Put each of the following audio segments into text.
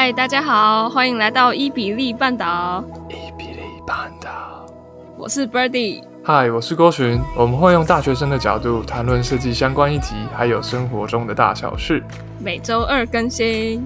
嗨，大家好，欢迎来到伊比利半岛。 伊比利半岛， 我是 Birdy。 嗨，我是郭洵。我们会用大学生的角度谈论设计相关议题，还有生活中的大小事。 每周二更新。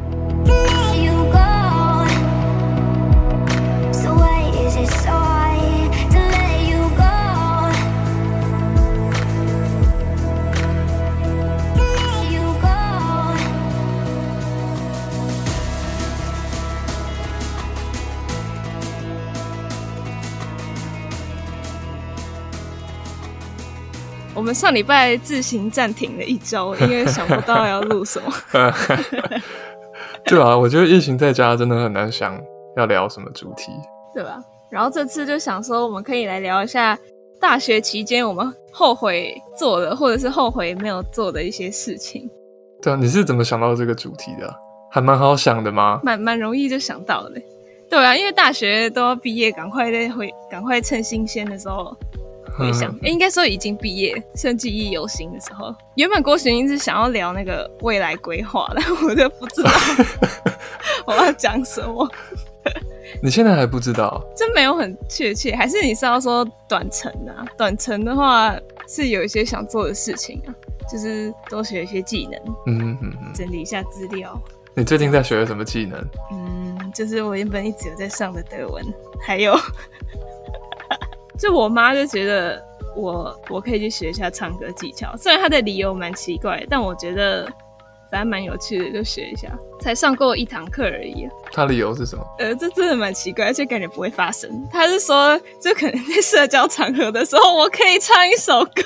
我们上礼拜自行暂停了一周，因为想不到要录什么。 对啊，我觉得疫情在家真的很难想要聊什么主题， 对吧？然后这次就想说，我们可以来聊一下大学期间我们后悔做的，或者是后悔没有做的一些事情。 对啊，你是怎么想到这个主题的？还蛮好想的吗？ 蛮容易就想到的。对啊，因为大学都要毕业，赶快趁新鲜的时候回想，应该说已经毕业，趁记忆犹新的时候。原本郭洵是想要聊那个未来规划，但我就不知道我要讲什么。 你现在还不知道？ 真没有很确切，还是你是要说短程啊？短程的话是有一些想做的事情啊，就是多学一些技能，整理一下资料。 你最近在学什么技能？ 就是我原本一直有在上的德文，还有就我妈就觉得我可以去学一下唱歌技巧，虽然她的理由蛮奇怪，但我觉得反正蛮有趣的，就学一下。才上过1堂课而已。 她理由是什么？ 这真的蛮奇怪，而且感觉不会发生。她是说，就可能在社交场合的时候，我可以唱一首歌。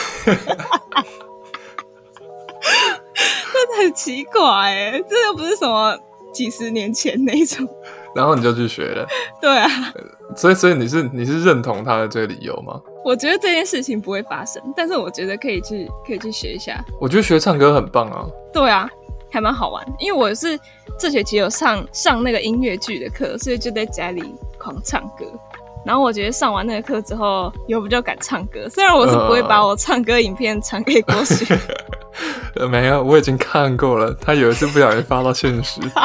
真的很奇怪耶，这又不是什么几十年前那一种。 然后你就去学了。 对啊。 所以你是认同他的这个理由吗？ 我觉得这件事情不会发生，但是我觉得可以去学一下。 我觉得学唱歌很棒啊。 对啊，还蛮好玩。因为我是这学期有上那个音乐剧的课，所以就在家里狂唱歌。然后我觉得上完那个课之后，有比较敢唱歌。虽然我是不会把我唱歌影片传给郭洵。 没有，我已经看过了。他有一次不小心发到现实。对。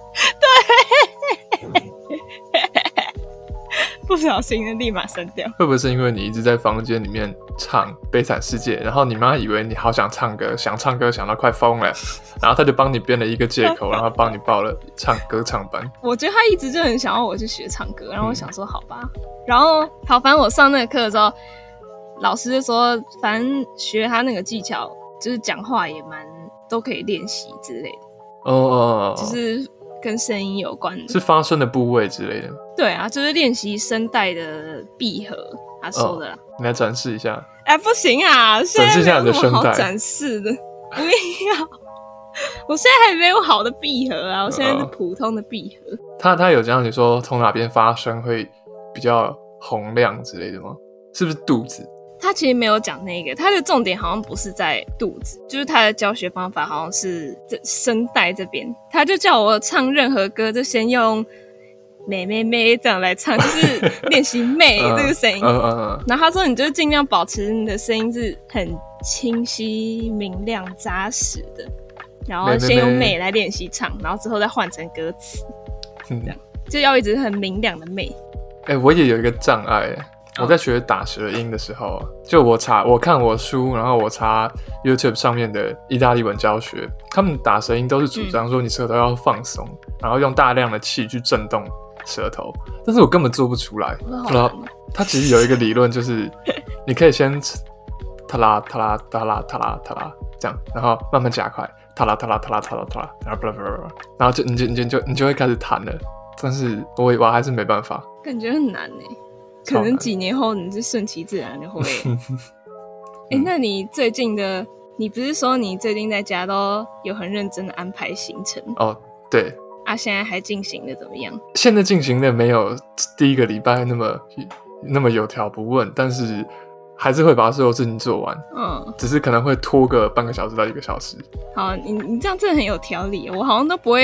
不小心的立马删掉。 会不会是因为你一直在房间里面唱《悲惨世界》，然后你妈以为你好想唱歌，想到快疯了，然后她就帮你编了一个借口，然后帮你报了歌唱班。 我觉得她一直就很想要我去学唱歌，然后我想说好吧。然后反正我上那个课的时候，老师就说反正学他那个技巧，就是讲话也都可以练习之类的。就是跟声音有关的， 是发声的部位之类的。 对啊，就是练习声带的闭合，他说的啦。 你来展示一下。 不行啊， 展示一下你的声带。现在没有那么好展示的，不要。我现在还没有好的闭合啊，我现在是普通的闭合。 他有讲你说从哪边发声会比较洪亮之类的吗？是不是肚子？ 他其实没有讲那个，他的重点好像不是在肚子，就是他的教学方法好像是声带这边。他就叫我唱任何歌就先用妹妹妹这样来唱，就是练习妹这个声音。然后他说你就尽量保持你的声音是很清晰、明亮、扎实的，然后先用妹来练习唱，然后之后再换成歌词，这样就要一直很明亮的妹。 我也有一个障碍。我在学打舌音的时候，就我看我书，然后我查 YouTube 上面的意大利文教学，他们打舌音都是主张说你舌头要放松，然后用大量的气去震动舌头，但是我根本做不出来。然后他其实有一个理论，就是你可以先塔拉塔拉塔拉塔拉塔拉这样，然后慢慢加快塔拉塔拉塔拉塔拉塔拉，然后你就会开始弹了。但是我还是没办法， 感觉很难耶。可能几年后你是顺其自然就会。那你最近你不是说你最近在家都有很认真的安排行程？ 对。 现在还进行的怎么样？ 现在进行的没有第一个礼拜那么有条不紊，但是还是会把所有事情做完。只是可能会拖个半个小时到1个小时。 好，你这样真的很有条理。我好像都不会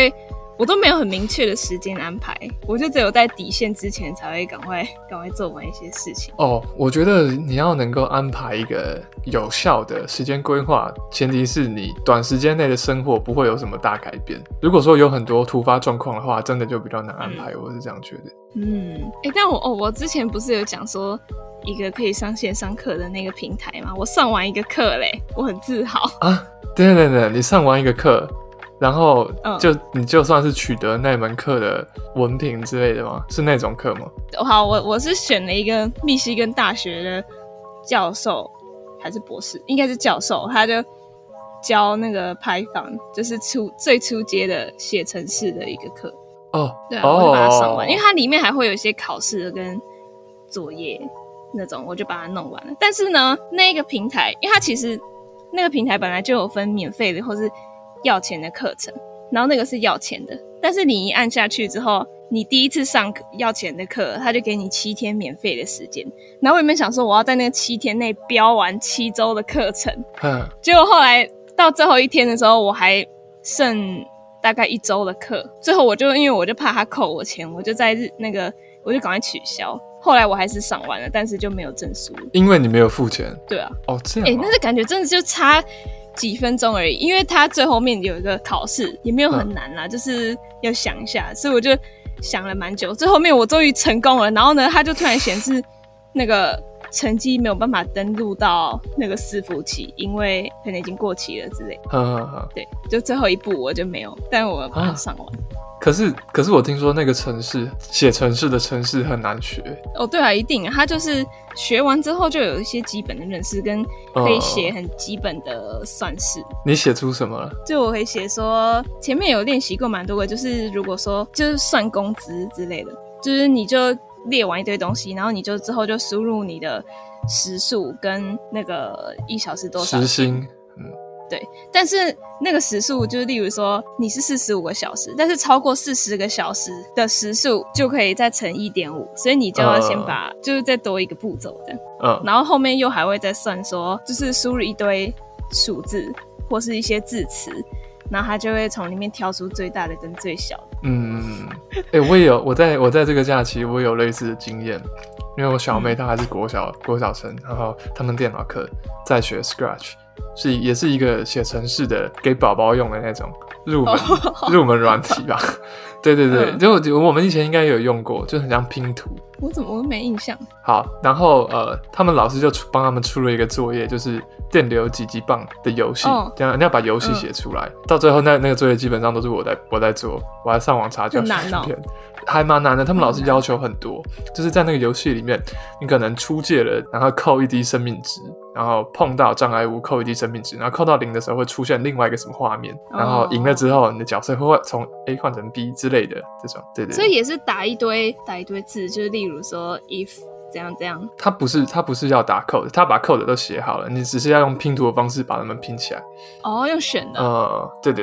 我都没有很明确的时间安排，我就只有在底线之前才会赶快做完一些事情。 我觉得你要能够安排一个有效的时间规划，前提是你短时间内的生活不会有什么大改变。如果说有很多突发状况的话，真的就比较难安排，我是这样觉得。 但我之前不是有讲说一个可以上线上课的那个平台吗？我上完一个课嘞，我很自豪啊！对，你上完一个课，然后你就算是取得那门课的文凭之类的吗？是那种课吗？ 好，我是选了一个密西根大学的教授还是博士，应该是教授，他就教那个 Python， 就是最初阶的写程式的一个课。对啊，我就把它上完，因为它里面还会有一些考试跟作业那种，我就把它弄完了。但是呢，那个平台，因为它其实那个平台本来就有分免费的或是要钱的课程，然后那个是要钱的，但是你一按下去之后，你第一次上要钱的课，他就给你7天免费的时间。然后我原本想说我要在那个7天内标完7周的课程，结果后来到最后一天的时候，我还剩大概1周的课，最后因为我就怕他扣我钱，我就我就赶快取消。后来我还是上完了，但是就没有证书， 因为你没有付钱。 对啊。 这样但是感觉真的就差几分钟而已，因为他最后面有一个考试，也没有很难啦，就是要想一下，所以我就想了蛮久。最后面我终于成功了，然后呢，他就突然显示那个成绩没有办法登录到那个伺服器，因为可能已经过期了之类的。对，就最后一步我就没有，但我把它上完。 可是我听说那个写程式的程式很难学。 对啊，一定啊，他就是学完之后就有一些基本的认识，跟可以写很基本的算式。 你写出什么了？ 就我会写说，前面有练习过蛮多个，就是如果说就是算工资之类的，就是你就列完一堆东西，然后你就之后就输入你的时数跟那个1小时多少时薪。 对，但是那个时数就是例如说你是45个小时，但是超过40个小时的时数就可以再乘 1.5， 所以你就要先就是再多一个步骤这样。然后后面又还会再算说，就是输入一堆数字或是一些字词，然后它就会从里面挑出最大的跟最小的。 我也有，我在这个假期我有类似的经验，因为我小妹她还是国小生，然后他们电脑课在学 Scratch。也是一个写程式的给宝宝用的那种入门软体吧。对，就我们以前应该有用过，就很像拼图。 我怎么没印象？ 好，然后他们老师就帮他们出了一个作业，就是电流几级棒的游戏，这样你要把游戏写出来。到最后那个作业基本上都是我在做，我还上网查教学影片。还蛮难的，他们老师要求很多，就是在那个游戏里面，你可能出界了，然后扣1滴生命值，然后碰到障碍物扣1滴生命值，然后扣到0的时候会出现另外一个什么画面，然后赢了之后，你的角色会从 A 换成 B 之类的这种。对， 所以也是打一堆字，就是例如说 if 怎样。他不是要打 code， 他把 code 都写好了，你只是要用拼图的方式把它们拼起来。 用选的。 对。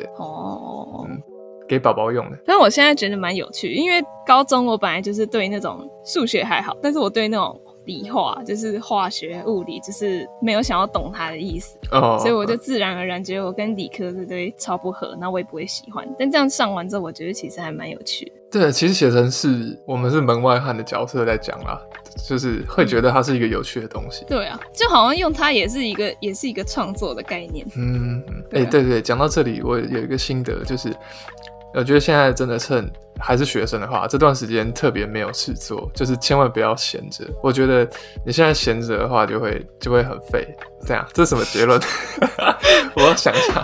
给宝宝用的。 但是我现在觉得蛮有趣，因为高中我本来就是对那种数学还好，但是我对那种理化，就是化学物理，就是没有想要懂它的意思。所以我就自然而然觉得我跟理科这堆超不合，那我也不会喜欢。但这样上完之后，我觉得其实还蛮有趣的。 对，其实写成是我们是门外汉的角色在讲啦，就是会觉得它是一个有趣的东西。 对啊，就好像用它也是一个创作的概念。 对，讲到这里，我有一个心得，就是我觉得现在真的趁还是学生的话，这段时间特别没有事做，就是千万不要闲着。我觉得你现在闲着的话，就会很废。这样，这是什么结论？我要想一下。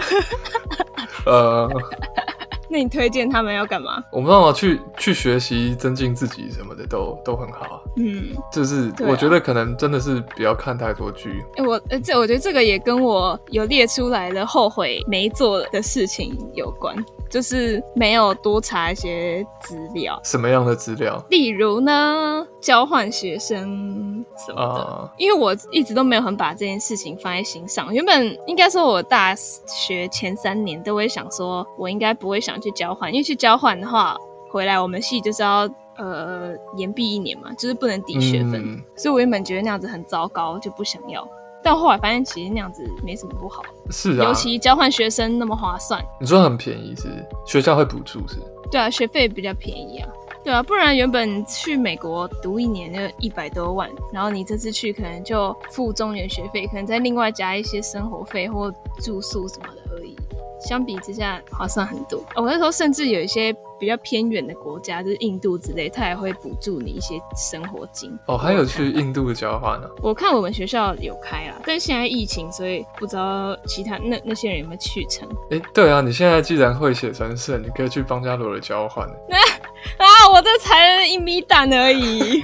那你推荐他们要干嘛？ 我不知道，去学习增进自己什么的都很好。就是我觉得可能真的是不要看太多剧。 我觉得这个也跟我有列出来的后悔没做的事情有关。就是没有多查一些资料。 什么样的资料？ 例如呢，交换学生什么的。因为我一直都没有很把这件事情放在心上。原本应该说我大学前3年都会想说我应该不会想去交换，因为去交换的话回来我们系就是要延毕1年嘛，就是不能抵学分。所以我原本觉得那样子很糟糕，就不想要。 但后来发现其实那样子没什么不好。 是啊， 尤其交换学生那么划算。 你说很便宜是学校会补助是？ 对啊，学费比较便宜啊。对啊，不然原本去美国读1年就100多万，然后你这次去可能就付中原学费，可能再另外加一些生活费或住宿什么的而已。相比之下划算很多。我那时候甚至有一些比较偏远的国家，就是印度之类，他也会补助你一些生活金。 还有去印度的交换呢？ 我看我们学校有开啦，但是现在疫情，所以不知道其他那些人有没有去成。 对啊，你现在既然会写程式，你可以去邦加罗尔交换。 我这才1米蛋而已。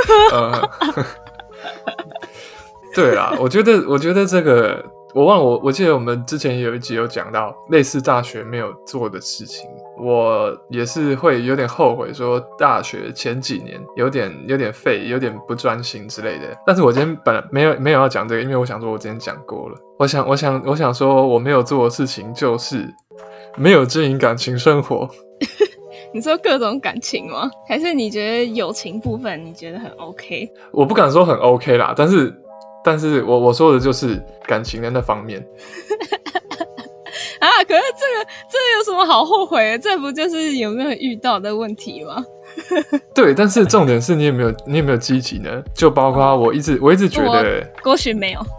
对啦，我觉得这个。我记得我们之前有一集有讲到类似大学没有做的事情，我也是会有点后悔说大学前几年有点废，有点不专心之类的。但是我今天本来没有要讲这个，因为我想说我之前讲过了。我想说我没有做的事情就是没有经营感情生活。 你说各种感情吗？还是你觉得友情部分你觉得很 OK？ 我不敢说很 OK 啦，但是我说的就是感情的那方面。 可是这有什么好后悔的？这不就是有没有遇到的问题吗？ 对，但是重点是你有没有积极呢？就包括我一直觉得郭洵没有。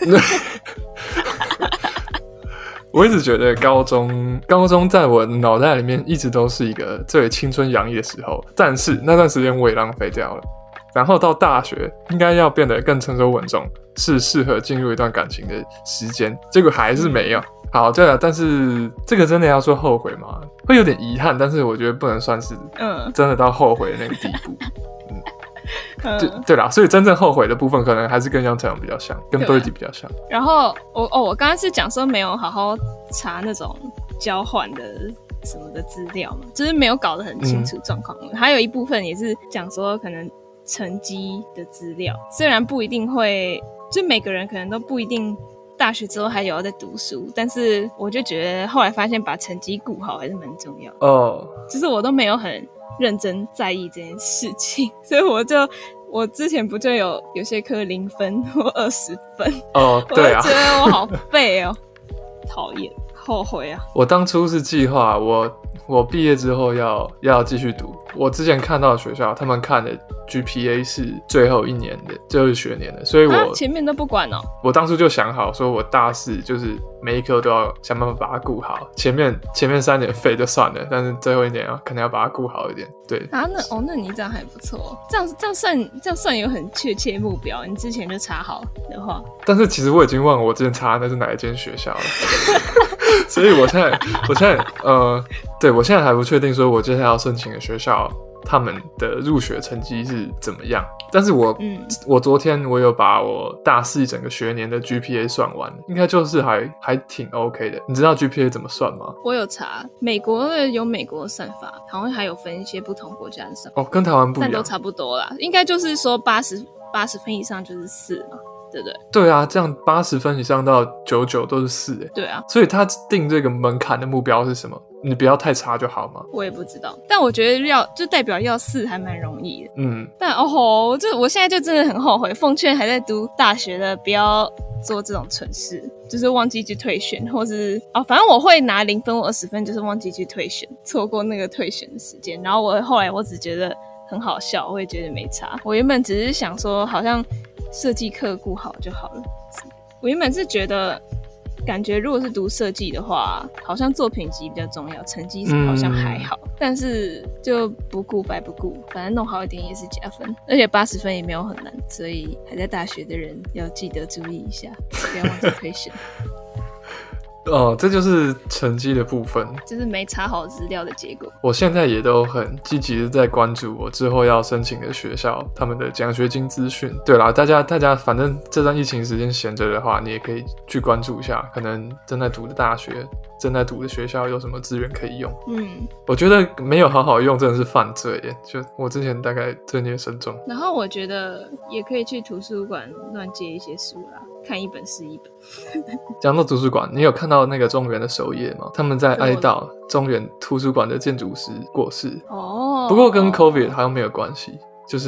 我一直觉得高中在我脑袋里面一直都是一个最青春洋溢的时候，但是那段时间我也浪费掉了。然后到大学应该要变得更成熟稳重，是适合进入一段感情的时间，结果还是没有。好，对了，但是这个真的要说后悔吗？会有点遗憾，但是我觉得不能算是真的到后悔的那个地步。对啦，所以真正后悔的部分可能还是跟杨丞琳比较像，跟 Birdy 比较像。 然后我刚刚是讲说没有好好查那种交换的什么的资料嘛，就是没有搞得很清楚状况。还有一部分也是讲说可能成绩的资料，虽然不一定会，就每个人可能都不一定大学之后还有要在读书，但是我就觉得后来发现把成绩顾好还是蛮重要的。就是我都没有很认真在意这件事情，所以我之前不就有些科0分或20分对啊， 我就觉得我好废哦，讨厌，后悔啊。 我当初是计划我毕业之后要继续读。我之前看到的学校，他们看的 GPA 是最后一年的，最后一学年的，所以我前面都不管哦。我当初就想好，说我大4就是每一科都要想办法把它顾好。前面3年废就算了，但是最后1年可能要把它顾好一点。对那你这样还不错，这样算有很确切目标。你之前就查好的话， 但是其实我已经忘了我之前查的那是哪一间学校了。所以我现在对，我现在还不确定说我接下来要申请的学校他们的入学成绩是怎么样。但是我昨天我有把我大4整个学年的 GPA 算完，应该就是还挺 OK 的。你知道 GPA 怎么算吗？ 我有查，美国的有美国的算法，好像还有分一些不同国家的算法。 跟台湾不一样， 但都差不多啦。应该就是说80分以上就是4嘛。对不对？ 对啊，这样80分以上到99都是4。 对啊， 所以他定这个门槛的目标是什么？你不要太差就好吗？ 我也不知道，但我觉得就代表要4还蛮容易的。但我现在就真的很后悔，奉劝还在读大学的不要做这种蠢事，就是忘记去退选，或是反正我会拿0分或20分，就是忘记去退选，错过那个退选的时间。然后后来我只觉得很好笑，我也觉得没差。我原本只是想说，好像设计课顾好就好了。我原本是觉得，感觉如果是读设计的话，好像作品集比较重要，成绩好像还好。但是就不顾白不顾，反正弄好一点也是加分，而且80分也没有很难，所以还在大学的人要记得注意一下，不要忘记推选。 这就是成绩的部分， 就是没查好资料的结果。 我现在也都很积极的在关注我之后要申请的学校他们的奖学金资讯。对啦，大家反正这段疫情时间闲着的话，你也可以去关注一下，可能正在读的大学、正在读的学校有什么资源可以用。我觉得没有好好用真的是犯罪耶，就我之前大概罪孽深重。 然后我觉得也可以去图书馆乱借一些书啦，看一本是一本。 讲到图书馆，你有看到那个中原的首页吗？他们在哀悼中原图书馆的建筑师过世。 不过跟 COVID 好像没有关系，就是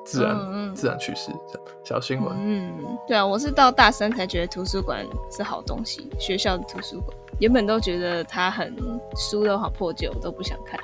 自然去世，小新闻。 对啊，我是到大3才觉得图书馆是好东西，学校的图书馆原本都觉得它很书都好破旧，我都不想看。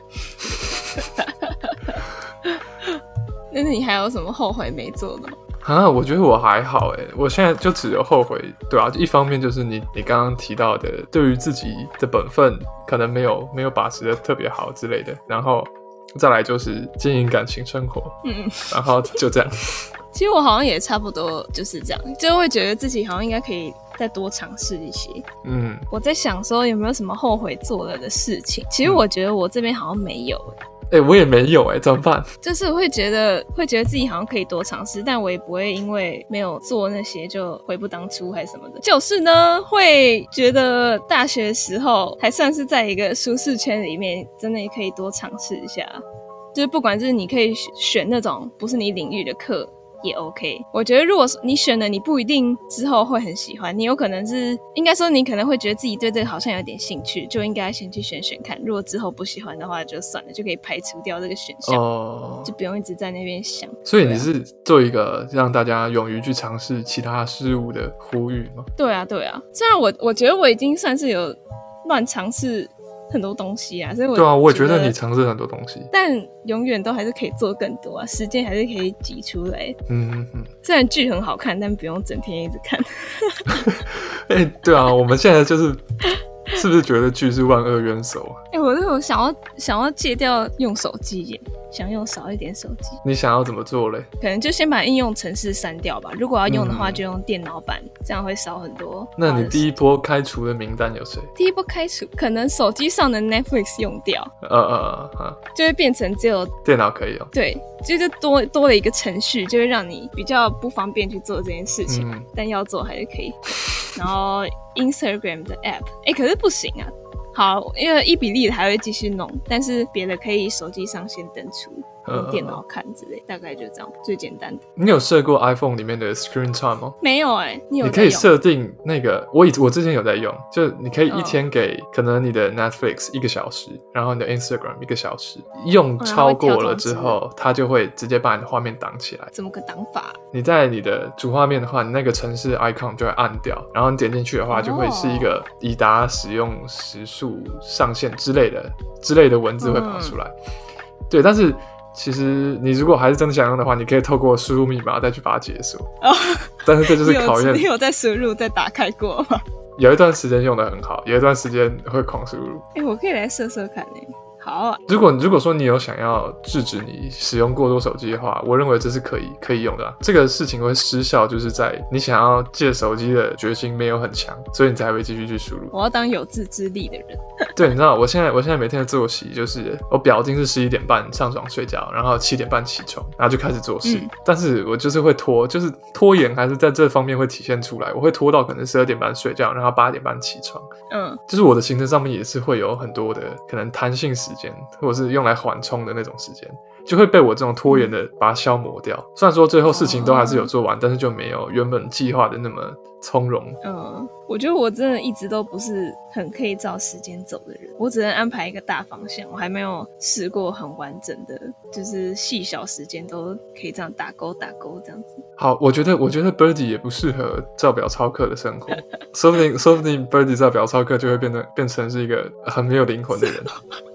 那你还有什么后悔没做的吗？ 我觉得我还好我现在就只有后悔，对啊，一方面就是你刚刚提到的，对于自己的本分可能没有把持的特别好之类的，然后再来就是经营感情生活，然后就这样。 其实我好像也差不多就是这样，就会觉得自己好像应该可以再多尝试一些。我在想说有没有什么后悔做了的事情，其实我觉得我这边好像没有我也没有怎么办？ 就是会觉得自己好像可以多尝试，但我也不会因为没有做那些就悔不当初还是什么的。就是呢，会觉得大学时候还算是在一个舒适圈里面，真的也可以多尝试一下。就是不管是你可以选那种不是你领域的课也 OK。我觉得如果你选了，你不一定之后会很喜欢，你有可能是应该说你可能会觉得自己对这个好像有点兴趣，就应该先去选看。如果之后不喜欢的话就算了，就可以排除掉这个选项，就不用一直在那边想。 所以你是做一个让大家勇于去尝试其他事物的呼吁吗？ 对啊，虽然我觉得我已经算是有乱尝试很多东西啊，所以对啊，我也觉得你尝试很多东西， 但永远都还是可以做更多啊，时间还是可以挤出来。虽然剧很好看，但不用整天一直看。 对啊，我们现在就是是不是觉得剧是万恶元首啊？ 我就想要戒掉用手机耶，想用少一点手机。 你想要怎么做嘞？ 可能就先把应用程式删掉吧，如果要用的话就用电脑版，这样会少很多。 那你第一波开除的名单有谁？ 第一波开除可能手机上的 Netflix 用掉，就会变成只有电脑可以用。对， 就是多了一个程序，就会让你比较不方便去做这件事情，但要做还是可以。然后 Instagram 的 app， 可是不行啊。好，因为伊比利的还会继续弄，但是别的可以手机上先登出，用电脑看之类，大概就这样，最简单的。 你有设过 iPhone 里面的 Screen Time 吗？ 没有你有在用？ 你可以设定那个，我之前有在用，就你可以一天给可能你的 Netflix 1个小时，然后你的 Instagram 1个小时，用超过了之后，它就会直接把你的画面挡起来。 怎么个挡法？你在你的主画面的话，你那个城市 icon 就会暗掉，然后你点进去的话，就会是一个已达使用时数上限之类的文字会跑出来。对，但是其实你如果还是真的想用的话，你可以透过输入密码再去把它解锁。但是这就是考验。 你有在输入再打开过吗？ 有一段时间用得很好，有一段时间会狂输入。 我可以来试看好啊。 如果说你有想要制止你使用过多手机的话，我认为这是可以用的这个事情会失效，就是在你想要戒手机的决心没有很强，所以你才会继续去输入。 我要当有自制力的人。 对，你知道我现在每天的作息就是我表定是11点半上床睡觉，然后7点半起床，然后就开始做事。但是我就是会拖，就是拖延还是在这方面会体现出来。我会拖到可能12点半睡觉，然后8点半起床。就是我的行程上面也是会有很多的可能弹性时间，或者是用来缓冲的那种时间，就会被我这种拖延的把它消磨掉。虽然说最后事情都还是有做完，但是就没有原本计划的那么从容。 我觉得我真的一直都不是很可以照时间走的人，我只能安排一个大方向，我还没有试过很完整的，就是细小时间都可以这样打勾这样子。 好，我觉得 Birdy 也不适合照表操课的生活，说不定 Birdy 照表操课就会变成是一个很没有灵魂的人。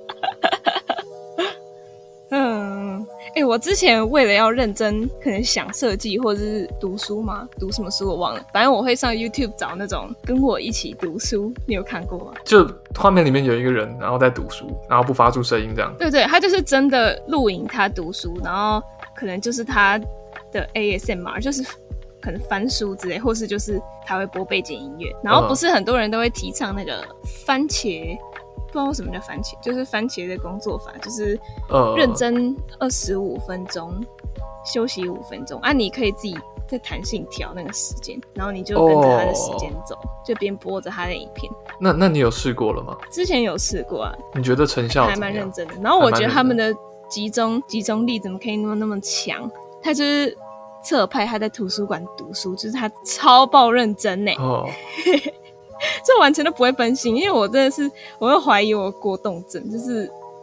我之前为了要认真可能想设计或者是读书吗？读什么书我忘了，反正我会上 YouTube 找那种跟我一起读书，你有看过吗？ 就画面里面有一个人然后在读书，然后不发出声音这样。 对，他就是真的录影他读书，然后可能就是他的 ASMR， 就是可能翻书之类，或是就是他会播背景音乐，然后不是很多人都会提倡那个番茄，不知道为什么叫番茄，就是番茄的工作法，就是认真25分钟，休息5分钟啊，你可以自己再弹性调那个时间，然后你就跟着他的时间走，就边播着他的影片。那你有试过了吗？ 之前有试过啊。 你觉得成效怎么样？ 还蛮认真的。然后我觉得他们的集中力怎么可以那么强？他就是侧拍他在图书馆读书，就是他超爆认真耶。这完全都不会分心，因为我真的是，我会怀疑我过动症，就是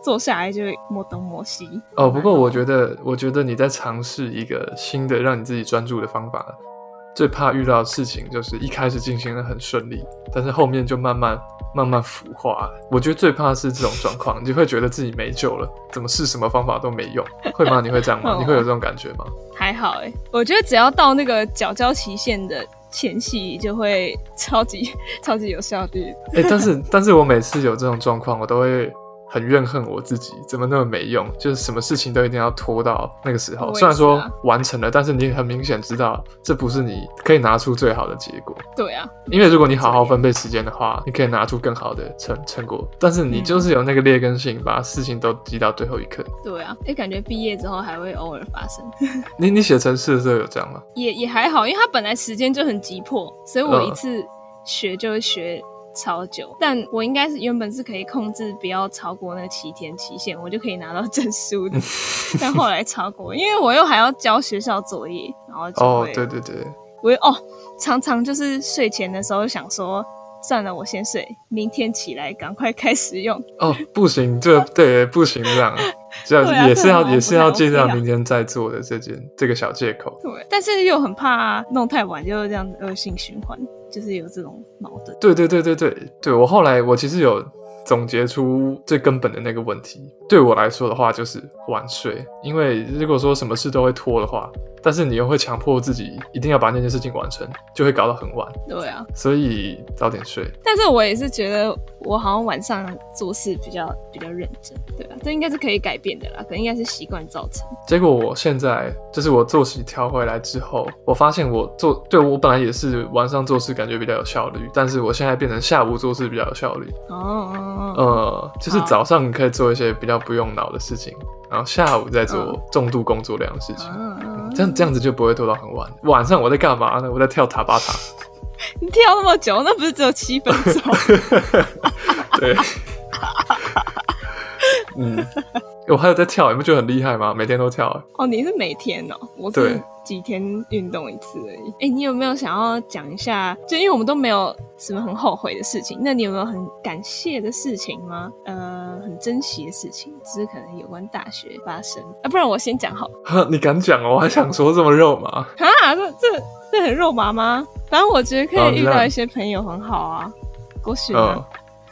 坐下来就会摸东摸西。 不过我觉得你在尝试一个新的让你自己专注的方法，最怕遇到的事情就是一开始进行的很顺利，但是后面就慢慢腐化。我觉得最怕是这种状况，你就会觉得自己没救了，怎么试什么方法都没用，会吗？你会这样吗？你会有这种感觉吗？ 还好我觉得只要到那个缴交期限的前夕，就会超级有效率。 但是我每次有这种状况，我都会很怨恨我自己，怎么那么没用？就是什么事情都一定要拖到那个时候。虽然说完成了，但是你很明显知道这不是你可以拿出最好的结果。 对啊， 因为如果你好好分配时间的话，你可以拿出更好的成果。但是你就是有那个劣根性，把事情都积到最后一刻。 对啊，感觉毕业之后还会偶尔发生。 你写程式的时候有这样吗？ 也还好，因为它本来时间就很急迫，所以我一次学就会学超久，但我应该是原本是可以控制不要超过那个7天期限，我就可以拿到证书的。但后来超过，因为我又还要交学校作业，然后就会对， 我常常就是睡前的时候想说，算了，我先睡，明天起来赶快开始用。 不行，对，不行这样。也是要借到明天再做的这个小借口。 对，但是又很怕弄太晚，就这样恶性循环，就是有这种矛盾。 对，我后来我其实有总结出最根本的那个问题。对我来说的话，就是晚睡。因为如果说什么事都会拖的话，但是你又会强迫自己一定要把那件事情完成，就会搞到很晚。 对啊， 所以早点睡。 但是我也是觉得我好像晚上做事比较认真，对啊，这应该是可以改变的啦，可能应该是习惯造成。 结果我现在就是我作息调回来之后，我发现我本来也是晚上做事感觉比较有效率，但是我现在变成下午做事比较有效率。就是早上可以做一些比较不用脑的事情，然后下午再做重度工作量的事情。这样子就不会拖到很晚。晚上我在干嘛呢？我在跳塔巴塔。 你跳那么久，那不是只有7分钟？ 对。我还有在跳，你不觉得很厉害吗？每天都跳。 你是每天哦？我是几天运动一次而已。你有没有想要讲一下？就因为我们都没有什么很后悔的事情，那你有没有很感谢的事情吗？很珍惜的事情，只是可能有关大学发生。不然我先讲好了。 你敢讲哦？我还想说这么肉麻。 这很肉麻吗？反正我觉得可以遇到一些朋友很好啊。郭雪啊。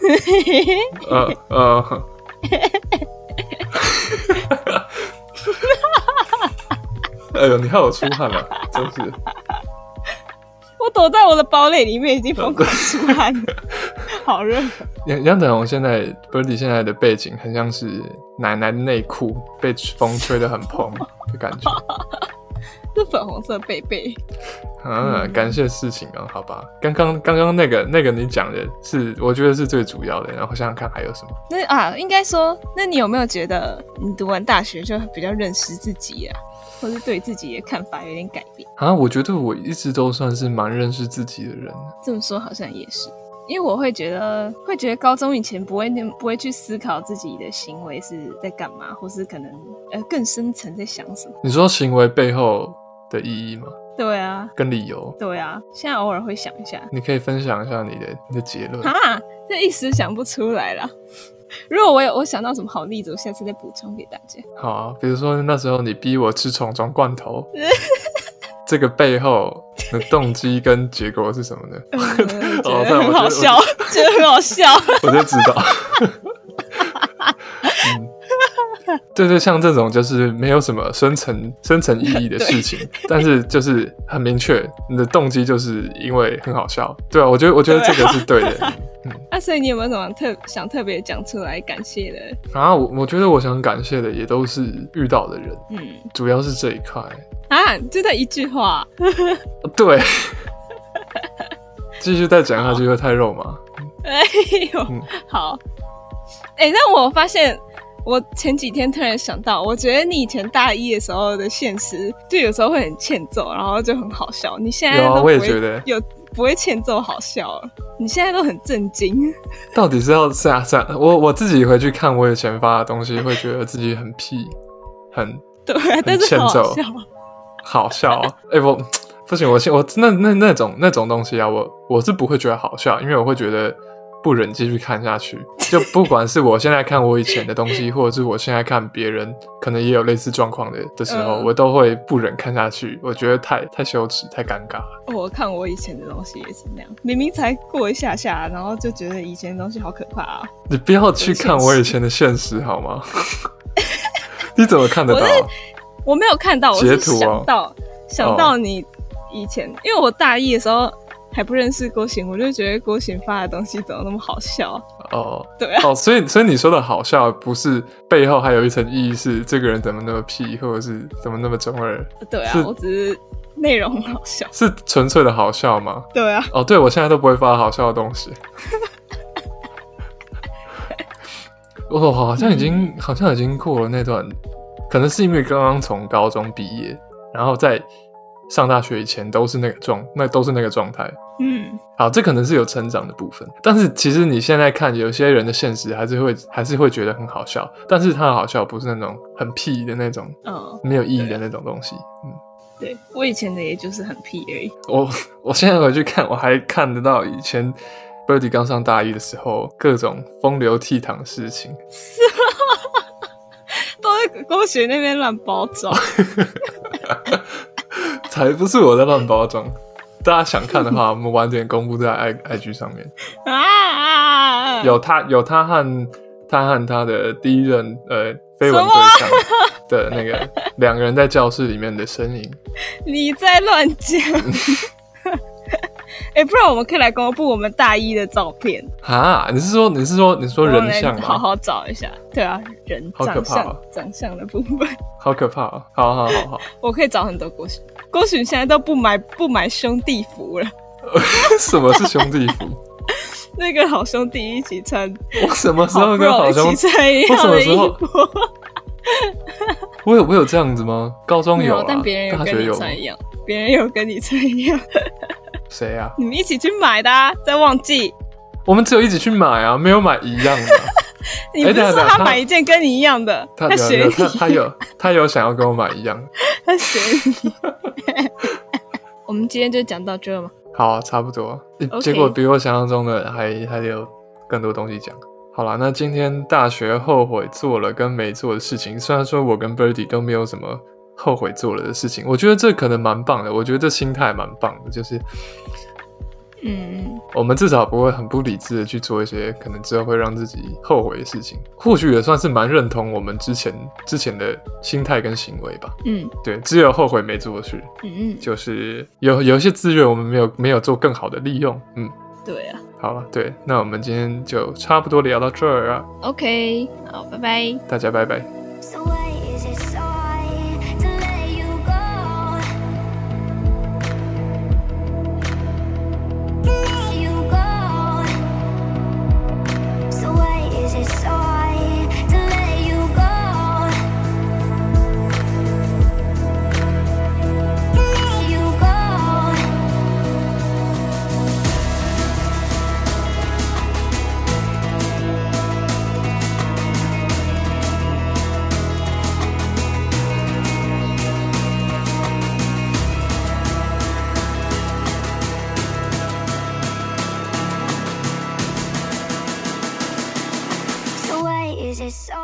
哎呦，你害我出汗了，真是！ 我躲在我的堡垒里面，已经疯狂出汗了，好热。 杨等红Birdy 现在的背景很像是奶奶的内裤被风吹得很蓬的感觉。 是粉红色贝贝。 感谢事情啊，好吧。刚刚那个你讲的是，我觉得是最主要的。然后想想看还有什么？ 应该说，那你有没有觉得你读完大学就比较认识自己啊，或是对自己的看法有点改变？ 我觉得我一直都算是蛮认识自己的人。 这么说好像也是。因为我会觉得高中以前不会去思考自己的行为是在干嘛，或是可能更深层在想什么。 你说行为背后的意义吗？ 对啊， 跟理由。 对啊，现在偶尔会想一下。 你可以分享一下你的结论。 这一时想不出来啦。如果我想到什么好例子，我下次再补充给大家。 好啊，比如说那时候你逼我吃虫虫罐头。这个背后的动机跟结果是什么呢？ 觉得很好笑，觉得很好笑。 我就知道。对，像这种就是没有什么深层意义的事情，但是就是很明确，你的动机就是因为很好笑。对啊，我觉得这个是对的。 所以你有没有什么想特别讲出来感谢的？ 我觉得我想感谢的也都是遇到的人，主要是这一块。 就这一句话。 对。继续再讲下去会太肉麻。 好。但我发现我前几天突然想到，我觉得你以前大一的时候的现实就有时候会很欠揍，然后就很好笑。你现在都我也觉得不会欠揍好笑了，你现在都很震惊。 到底是要这样？我自己回去看我以前发的东西，会觉得自己很屁， 对，但是好笑。 好笑。我不行，我那种东西啊，我是不会觉得好笑，因为我会觉得不忍继续看下去。就不管是我现在看我以前的东西，或者是我现在看别人可能也有类似状况的时候，我都会不忍看下去。我觉得太羞耻，太尴尬了。 我看我以前的东西也是那样，明明才过一下下，然后就觉得以前的东西好可怕啊！ 你不要去看我以前的现实好吗？你怎么看得到？ 我没有看到，我是截图想到你以前，因为我大一的时候还不认识郭行，我就觉得郭行发的东西怎么那么好笑哦， 对啊， 所以你说的好笑，不是背后还有一层意义是这个人怎么那么屁，或者是怎么那么中二？ 对啊，我只是内容很好笑， 是纯粹的好笑吗？ 对啊， 对，我现在都不会发好笑的东西。我好像已经过了那段，可能是因为刚刚从高中毕业，然后在上大学以前都是那个状态。好，这可能是有成长的部分，但是其实你现在看有些人的现实还是会觉得很好笑，但是他的好笑不是那种很屁的那种，没有意义的那种东西。 对，我以前的也就是很屁而已。 我现在回去看，我还看得到以前 Birdy 刚上大一的时候各种风流倜傥的事情， 都在郭学那边乱包装。 才不是我在乱包装。大家想看的话，我们晚点公布在 IG 上面。有他和他的第一任绯闻对象的那个两个人在教室里面的身影。 你在乱讲。不然我们可以来公布我们大一的照片啊？你是说人像吗？ 好好找一下。对啊，人长相、长相的部分， 好可怕哦！好， 我可以找很多郭洵。郭洵现在都不买兄弟服了。 什么是兄弟服？ 那个好兄弟一起穿。 我什么时候跟好兄弟穿一样的衣服？ 我有这样子吗？高中有啊， 但别人有跟你穿一样，别人有跟你穿一样。 谁啊？ 你们一起去买的啊！再忘记， 我们只有一起去买啊，没有买一样的。 你不是说他买一件跟你一样的？他学你， 他有想要跟我买一样的。 他学你。我们今天就讲到这吗？ 好啊，差不多。结果比我想象中的还有更多东西讲。好啦，那今天大学后悔做了跟没做的事情，虽然说我跟 Birdy 都没有什么后悔做了的事情，我觉得这可能蛮棒的，我觉得这心态蛮棒的，就是我们至少不会很不理智的去做一些可能之后会让自己后悔的事情，或许也算是蛮认同我们之前的心态跟行为吧。对，只有后悔没做的事。就是有一些资源我们没有做更好的利用。 对啊。 好了，对，那我们今天就差不多聊到这儿啊。 OK， 好，拜拜， 大家拜拜。Is it so